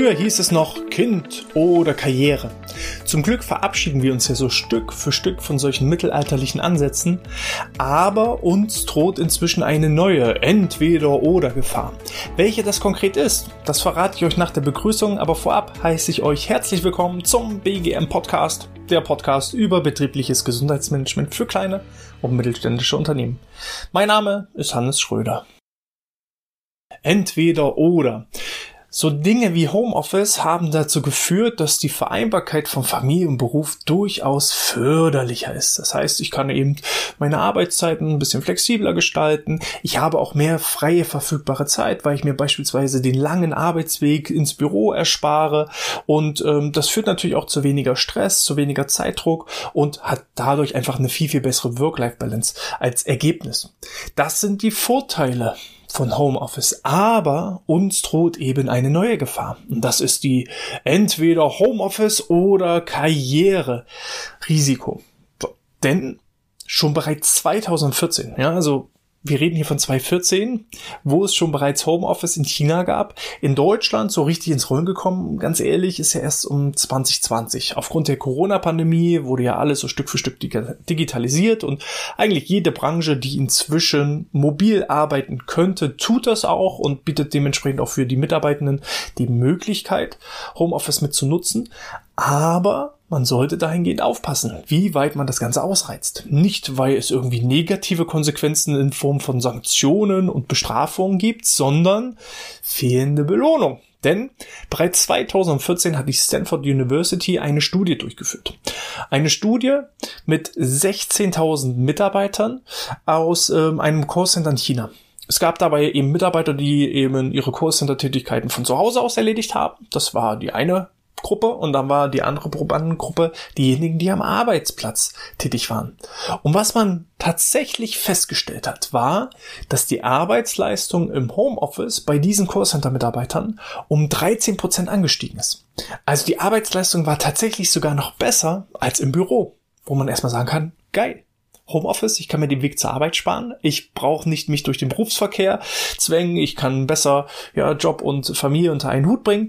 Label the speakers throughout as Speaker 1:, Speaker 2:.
Speaker 1: Früher hieß es noch Kind oder Karriere. Zum Glück verabschieden wir uns ja so Stück für Stück von solchen mittelalterlichen Ansätzen, aber uns droht inzwischen eine neue Entweder-oder-Gefahr. Welche das konkret ist, das verrate ich euch nach der Begrüßung, aber vorab heiße ich euch herzlich willkommen zum BGM-Podcast, der Podcast über betriebliches Gesundheitsmanagement für kleine und mittelständische Unternehmen. Mein Name ist Hannes Schröder. Entweder oder. So Dinge wie Homeoffice haben dazu geführt, dass die Vereinbarkeit von Familie und Beruf durchaus förderlicher ist. Das heißt, ich kann eben meine Arbeitszeiten ein bisschen flexibler gestalten. Ich habe auch mehr freie verfügbare Zeit, weil ich mir beispielsweise den langen Arbeitsweg ins Büro erspare. Und das führt natürlich auch zu weniger Stress, zu weniger Zeitdruck und hat dadurch einfach eine viel, viel bessere Work-Life-Balance als Ergebnis. Das sind die Vorteile von Homeoffice, aber uns droht eben eine neue Gefahr. Und das ist die entweder Homeoffice oder Karriere-Risiko. Denn schon bereits 2014, also wir reden hier von 2014, wo es schon bereits Homeoffice in China gab. In Deutschland so richtig ins Rollen gekommen, ganz ehrlich, ist ja erst um 2020. Aufgrund der Corona-Pandemie wurde ja alles so Stück für Stück digitalisiert und eigentlich jede Branche, die inzwischen mobil arbeiten könnte, tut das auch und bietet dementsprechend auch für die Mitarbeitenden die Möglichkeit, Homeoffice mit zu nutzen. Aber man sollte dahingehend aufpassen, wie weit man das Ganze ausreizt. Nicht, weil es irgendwie negative Konsequenzen in Form von Sanktionen und Bestrafungen gibt, sondern fehlende Belohnung. Denn bereits 2014 hat die Stanford University eine Studie durchgeführt. Eine Studie mit 16.000 Mitarbeitern aus einem Callcenter in China. Es gab dabei eben Mitarbeiter, die eben ihre Callcenter-Tätigkeiten von zu Hause aus erledigt haben. Das war die eine Gruppe und dann war die andere Probandengruppe diejenigen, die am Arbeitsplatz tätig waren. Und was man tatsächlich festgestellt hat, war, dass die Arbeitsleistung im Homeoffice bei diesen Callcenter-Mitarbeitern um 13% angestiegen ist. Also die Arbeitsleistung war tatsächlich sogar noch besser als im Büro, wo man erstmal sagen kann, geil. Homeoffice, ich kann mir den Weg zur Arbeit sparen, ich brauche nicht mich durch den Berufsverkehr zwängen, ich kann besser Job und Familie unter einen Hut bringen.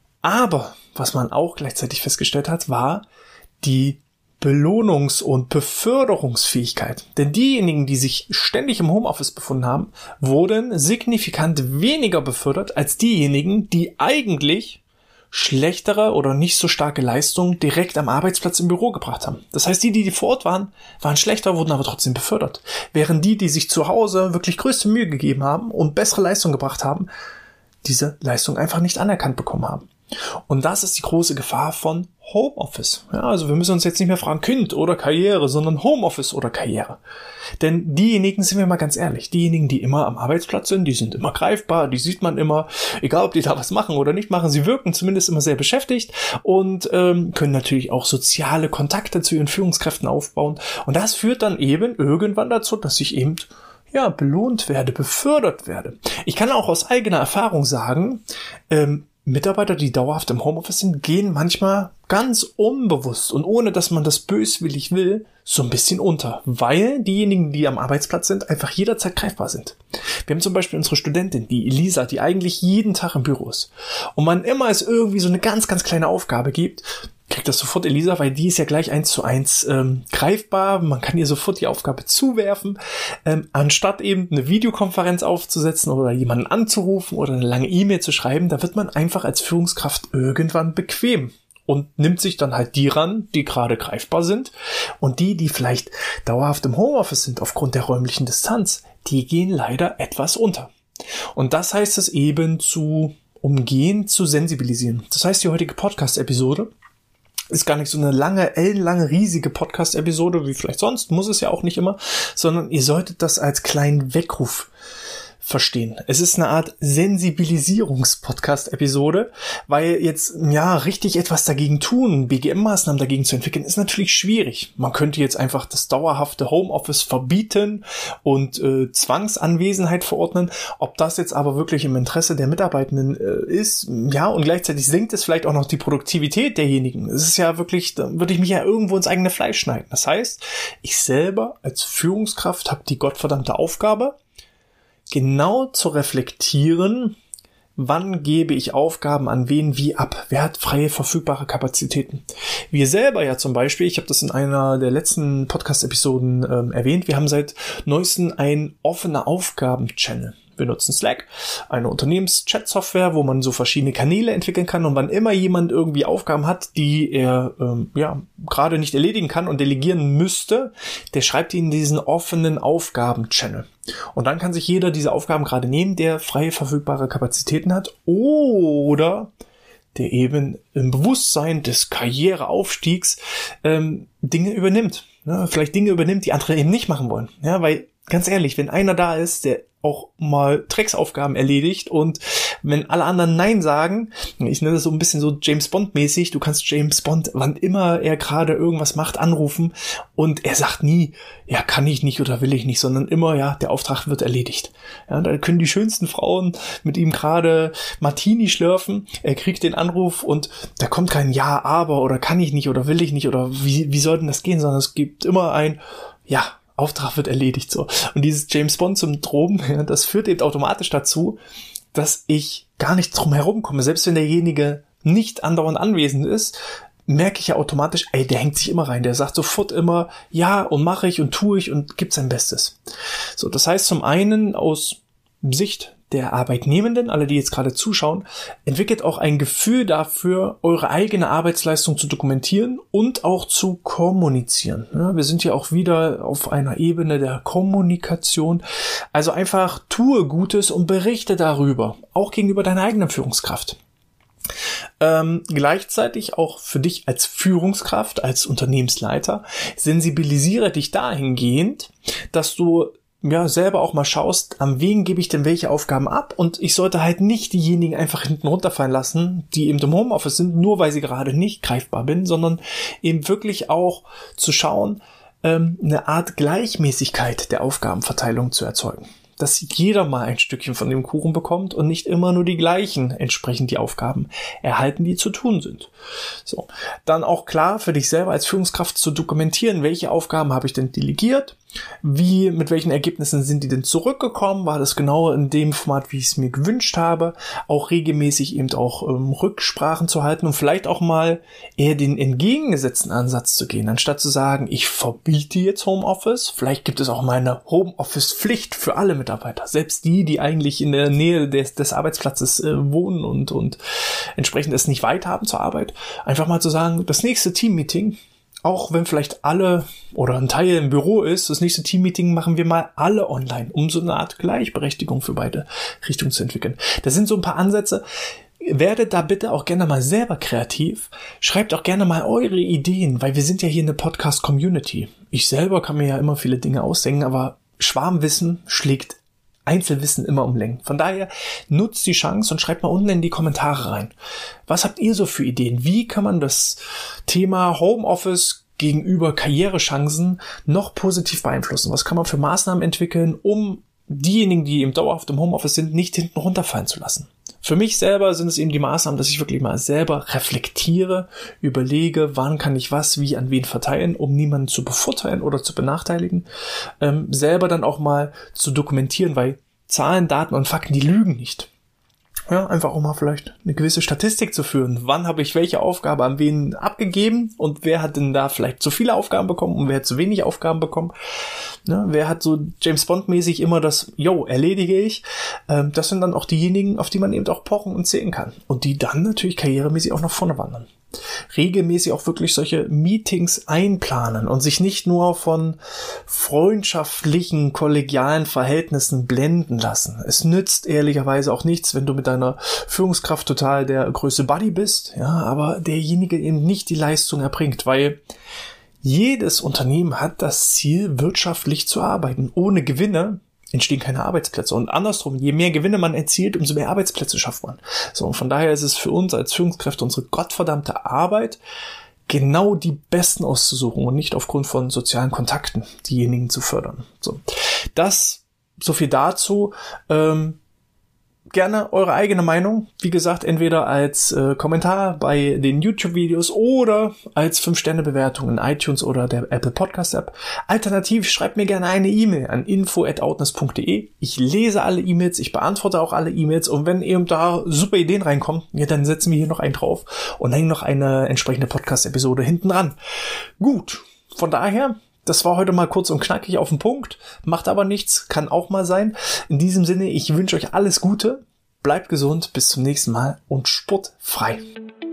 Speaker 1: Aber was man auch gleichzeitig festgestellt hat, war die Belohnungs- und Beförderungsfähigkeit. Denn diejenigen, die sich ständig im Homeoffice befunden haben, wurden signifikant weniger befördert als diejenigen, die eigentlich schlechtere oder nicht so starke Leistungen direkt am Arbeitsplatz im Büro gebracht haben. Das heißt, die vor Ort waren schlechter, wurden aber trotzdem befördert. Während die sich zu Hause wirklich größte Mühe gegeben haben und bessere Leistung gebracht haben, diese Leistung einfach nicht anerkannt bekommen haben. Und das ist die große Gefahr von Homeoffice. Also wir müssen uns jetzt nicht mehr fragen, Kind oder Karriere, sondern Homeoffice oder Karriere. Denn diejenigen, sind wir mal ganz ehrlich, diejenigen, die immer am Arbeitsplatz sind, die sind immer greifbar, die sieht man immer, egal ob die da was machen oder nicht machen, sie wirken zumindest immer sehr beschäftigt und können natürlich auch soziale Kontakte zu ihren Führungskräften aufbauen. Und das führt dann eben irgendwann dazu, dass ich eben belohnt werde, befördert werde. Ich kann auch aus eigener Erfahrung sagen, Mitarbeiter, die dauerhaft im Homeoffice sind, gehen manchmal ganz unbewusst und ohne, dass man das böswillig will, so ein bisschen unter, weil diejenigen, die am Arbeitsplatz sind, einfach jederzeit greifbar sind. Wir haben zum Beispiel unsere Studentin, die Elisa, die eigentlich jeden Tag im Büro ist. Und man immer es irgendwie so eine ganz, ganz kleine Aufgabe gibt, kriegt das sofort Elisa, weil die ist ja gleich 1:1 greifbar. Man kann ihr sofort die Aufgabe zuwerfen, anstatt eben eine Videokonferenz aufzusetzen oder jemanden anzurufen oder eine lange E-Mail zu schreiben. Da wird man einfach als Führungskraft irgendwann bequem und nimmt sich dann halt die ran, die gerade greifbar sind. Und die vielleicht dauerhaft im Homeoffice sind aufgrund der räumlichen Distanz, die gehen leider etwas unter. Und das heißt es eben zu umgehen, zu sensibilisieren. Das heißt, die heutige Podcast-Episode ist gar nicht so eine ellenlange, riesige Podcast-Episode wie vielleicht sonst, muss es ja auch nicht immer, sondern ihr solltet das als kleinen Weckruf verstehen. Es ist eine Art Sensibilisierungs-Podcast-Episode, weil jetzt richtig etwas dagegen tun, BGM-Maßnahmen dagegen zu entwickeln, ist natürlich schwierig. Man könnte jetzt einfach das dauerhafte Homeoffice verbieten und Zwangsanwesenheit verordnen. Ob das jetzt aber wirklich im Interesse der Mitarbeitenden ist, und gleichzeitig senkt es vielleicht auch noch die Produktivität derjenigen. Es ist ja wirklich, da würde ich mich ja irgendwo ins eigene Fleisch schneiden. Das heißt, ich selber als Führungskraft habe die gottverdammte Aufgabe, genau zu reflektieren, wann gebe ich Aufgaben an wen wie ab? Wer hat freie verfügbare Kapazitäten? Wir selber ja zum Beispiel, ich habe das in einer der letzten Podcast-Episoden erwähnt, wir haben seit neuestem ein offener Aufgaben-Channel. Wir nutzen Slack, eine Unternehmens-Chat-Software, wo man so verschiedene Kanäle entwickeln kann, und wann immer jemand irgendwie Aufgaben hat, die er gerade nicht erledigen kann und delegieren müsste, der schreibt die in diesen offenen Aufgaben-Channel. Und dann kann sich jeder diese Aufgaben gerade nehmen, der freie verfügbare Kapazitäten hat oder der eben im Bewusstsein des Karriereaufstiegs Dinge übernimmt. Ja, vielleicht Dinge übernimmt, die andere eben nicht machen wollen. Ja, weil ganz ehrlich, wenn einer da ist, der auch mal Drecksaufgaben erledigt, und wenn alle anderen Nein sagen, ich nenne das so ein bisschen so James Bond mäßig, du kannst James Bond, wann immer er gerade irgendwas macht, anrufen, und er sagt nie, ja, kann ich nicht oder will ich nicht, sondern immer, ja, der Auftrag wird erledigt. Ja, da können die schönsten Frauen mit ihm gerade Martini schlürfen, er kriegt den Anruf und da kommt kein Ja, aber oder kann ich nicht oder will ich nicht oder wie soll denn das gehen, sondern es gibt immer ein Ja, Auftrag wird erledigt, so. Und dieses James-Bond-Syndrom, ja, das führt eben automatisch dazu, dass ich gar nicht drum herum komme. Selbst wenn derjenige nicht andauernd anwesend ist, merke ich ja automatisch, der hängt sich immer rein. Der sagt sofort immer, ja, und mache ich und tue ich und gibt sein Bestes. So, das heißt zum einen aus Sicht der Arbeitnehmenden, alle, die jetzt gerade zuschauen, entwickelt auch ein Gefühl dafür, eure eigene Arbeitsleistung zu dokumentieren und auch zu kommunizieren. Ja, wir sind ja auch wieder auf einer Ebene der Kommunikation. Also einfach tue Gutes und berichte darüber, auch gegenüber deiner eigenen Führungskraft. Gleichzeitig auch für dich als Führungskraft, als Unternehmensleiter, sensibilisiere dich dahingehend, dass du selber auch mal schaust, an wen gebe ich denn welche Aufgaben ab, und ich sollte halt nicht diejenigen einfach hinten runterfallen lassen, die eben im Homeoffice sind, nur weil sie gerade nicht greifbar bin, sondern eben wirklich auch zu schauen, eine Art Gleichmäßigkeit der Aufgabenverteilung zu erzeugen. Dass jeder mal ein Stückchen von dem Kuchen bekommt und nicht immer nur die gleichen entsprechend die Aufgaben erhalten, die zu tun sind. So, dann auch klar für dich selber als Führungskraft zu dokumentieren, welche Aufgaben habe ich denn delegiert, mit welchen Ergebnissen sind die denn zurückgekommen, war das genau in dem Format, wie ich es mir gewünscht habe, auch regelmäßig eben auch Rücksprachen zu halten und vielleicht auch mal eher den entgegengesetzten Ansatz zu gehen, anstatt zu sagen, ich verbiete jetzt Homeoffice, vielleicht gibt es auch mal eine Homeoffice-Pflicht für alle Mitarbeiter, selbst die eigentlich in der Nähe des Arbeitsplatzes wohnen und entsprechend es nicht weit haben zur Arbeit, einfach mal zu sagen, das nächste Teammeeting, auch wenn vielleicht alle oder ein Teil im Büro ist, das nächste Teammeeting machen wir mal alle online, um so eine Art Gleichberechtigung für beide Richtungen zu entwickeln. Das sind so ein paar Ansätze. Werdet da bitte auch gerne mal selber kreativ. Schreibt auch gerne mal eure Ideen, weil wir sind ja hier eine Podcast-Community. Ich selber kann mir ja immer viele Dinge ausdenken, aber Schwarmwissen schlägt Einzelwissen immer um Längen. Von daher nutzt die Chance und schreibt mal unten in die Kommentare rein. Was habt ihr so für Ideen? Wie kann man das Thema Homeoffice gegenüber Karrierechancen noch positiv beeinflussen? Was kann man für Maßnahmen entwickeln, um diejenigen, die im dauerhaft im Homeoffice sind, nicht hinten runterfallen zu lassen? Für mich selber sind es eben die Maßnahmen, dass ich wirklich mal selber reflektiere, überlege, wann kann ich was, wie, an wen verteilen, um niemanden zu bevorteilen oder zu benachteiligen. Selber dann auch mal zu dokumentieren, weil Zahlen, Daten und Fakten, die lügen nicht. Ja, einfach auch mal vielleicht eine gewisse Statistik zu führen. Wann habe ich welche Aufgabe an wen abgegeben und wer hat denn da vielleicht zu viele Aufgaben bekommen und wer hat zu wenig Aufgaben bekommen? Ja, wer hat so James Bond-mäßig immer das, erledige ich? Das sind dann auch diejenigen, auf die man eben auch pochen und zählen kann. Und die dann natürlich karrieremäßig auch nach vorne wandern. Regelmäßig auch wirklich solche Meetings einplanen und sich nicht nur von freundschaftlichen, kollegialen Verhältnissen blenden lassen. Es nützt ehrlicherweise auch nichts, wenn du mit deiner Führungskraft total der größte Buddy bist, aber derjenige eben nicht die Leistung erbringt, weil jedes Unternehmen hat das Ziel, wirtschaftlich zu arbeiten. Ohne Gewinne entstehen keine Arbeitsplätze. Und andersrum, je mehr Gewinne man erzielt, umso mehr Arbeitsplätze schafft man. So, und von daher ist es für uns als Führungskräfte unsere gottverdammte Arbeit, genau die Besten auszusuchen und nicht aufgrund von sozialen Kontakten diejenigen zu fördern. So viel dazu. gerne eure eigene Meinung. Wie gesagt, entweder als Kommentar bei den YouTube-Videos oder als 5-Sterne-Bewertung in iTunes oder der Apple Podcast-App. Alternativ schreibt mir gerne eine E-Mail an info@outness.de. Ich lese alle E-Mails, ich beantworte auch alle E-Mails und wenn eben da super Ideen reinkommen, ja, dann setzen wir hier noch einen drauf und hängen noch eine entsprechende Podcast-Episode hinten dran. Gut, von daher... Das war heute mal kurz und knackig auf den Punkt, macht aber nichts, kann auch mal sein. In diesem Sinne, ich wünsche euch alles Gute, bleibt gesund, bis zum nächsten Mal und sportfrei.